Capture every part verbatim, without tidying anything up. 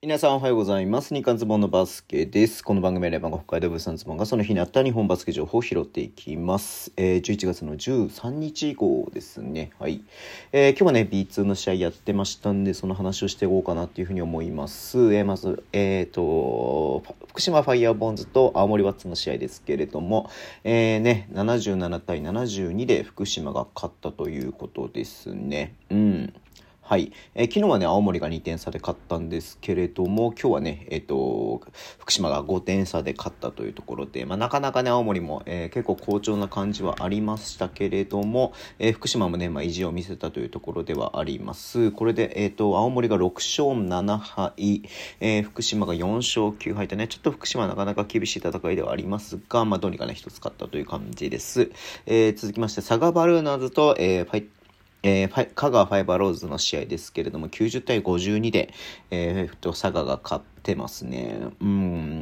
皆さんおはようございます。日刊ズボンのバスケです。この番組はレバンが北海道物産ズボンがその日にあった日本バスケ情報を拾っていきます。えー、じゅういちがつのじゅうさんにち号ですね。はい。えー、今日はね ビーツー の試合やってましたんで、その話をしていこうかなっていうふうに思います。えー、まず、えーと、福島ファイヤーボンズと青森ワッツの試合ですけれども、えーね、ななじゅうななたいななじゅうにで福島が勝ったということですね。うん。はい、えー、昨日はね青森がにてん差で勝ったんですけれども、今日はね、えー、と福島がごてん差で勝ったというところで、まあ、なかなかね青森も、えー、結構好調な感じはありましたけれども、えー、福島もね、まあ、意地を見せたというところではあります。これで、えー、と青森がろくしょうななはい、えー、福島がよんしょうきゅうはいとね、ちょっと福島はなかなか厳しい戦いではありますが、まあ、どうにかね一つ勝ったという感じです。えー、続きまして佐賀バルーナーズと、えー、ファイえー、香川ファイバーローズの試合ですけれども、きゅうじゅうたいごじゅうにで、えー、と佐賀が勝ってますね。うん、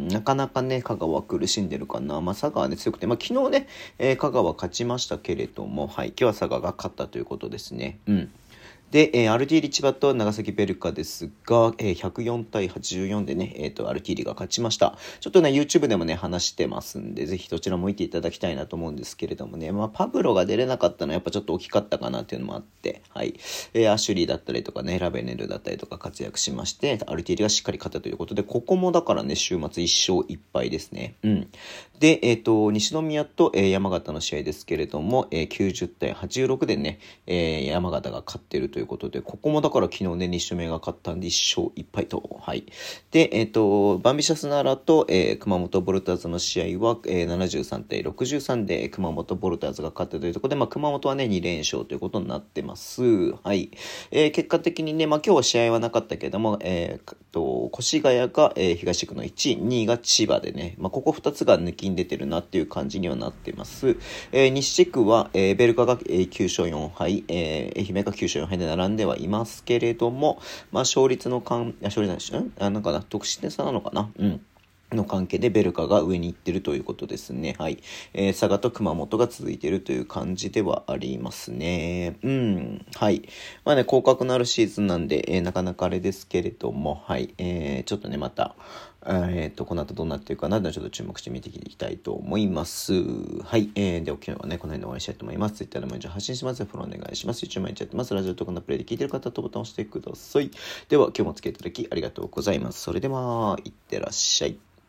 なかなかね香川は苦しんでるかな。まあ、佐賀はね強くて、まあ、昨日ね、えー、香川勝ちましたけれども、はい、今日は佐賀が勝ったということですね。うん。で、えー、アルティーリ千葉と長崎ベルカですが、えー、ひゃくよんたいはちじゅうよんでね、えーと、アルティーリが勝ちました。ちょっとね、YouTube でもね、話してますんで、ぜひそちらも見ていただきたいなと思うんですけれどもね、まあ、パブロが出れなかったのはやっぱちょっと大きかったかなっていうのもあって、はい。えー、アシュリーだったりとかね、ラベネルだったりとか活躍しまして、アルティーリがしっかり勝ったということで、ここもだからね、週末いっしょういっぱいですね。うん。で、えっと、西宮と、えー、山形の試合ですけれども、えー、きゅうじゅうたいはちじゅうろくでね、えー、山形が勝ってるということで、ここもだから昨日ね、西宮が勝ったんでいっしょういっぱいと。はい。で、えっと、バンビシャスナーラと、えー、熊本ボルターズの試合は、えー、ななじゅうさんたいろくじゅうさんで熊本ボルターズが勝ったというところで、まあ、熊本はね、にれんしょうということになってます。はい。えー、結果的にね、まあ、今日は試合はなかったけども、えー、と、越谷が、えー、東区のいちい、にいが千葉でね、まあ、ここふたつが抜きに出てるなっていう感じにはなってます。えー、西地区は、えー、ベルカが、えー、きゅうしょうよんはい、えー、愛媛がきゅうしょうよんはいで並んではいますけれども、まあ、勝率のかん、勝率なんしんあ、なんかな、得失点差なのかなうん。の関係でベルカが上に行ってるということですね。はい。えー、佐賀と熊本が続いているという感じではありますね。うん。はい。まあね、降格のあるシーズンなんで、えー、なかなかあれですけれども、はい。えー、ちょっとね、また、えっと、この後どうなっているかな、ちょっと注目して見ていきたいと思います。はい。えー、では今日はね、この辺で終わりにしたいと思います。Twitter でも一応発信します。フォローお願いします。YouTube 毎日やってます。ラジオとかのプレイで聞いてる方とボタンを押してください。では、今日もお付き合いいただきありがとうございます。それでは、いってらっしゃい。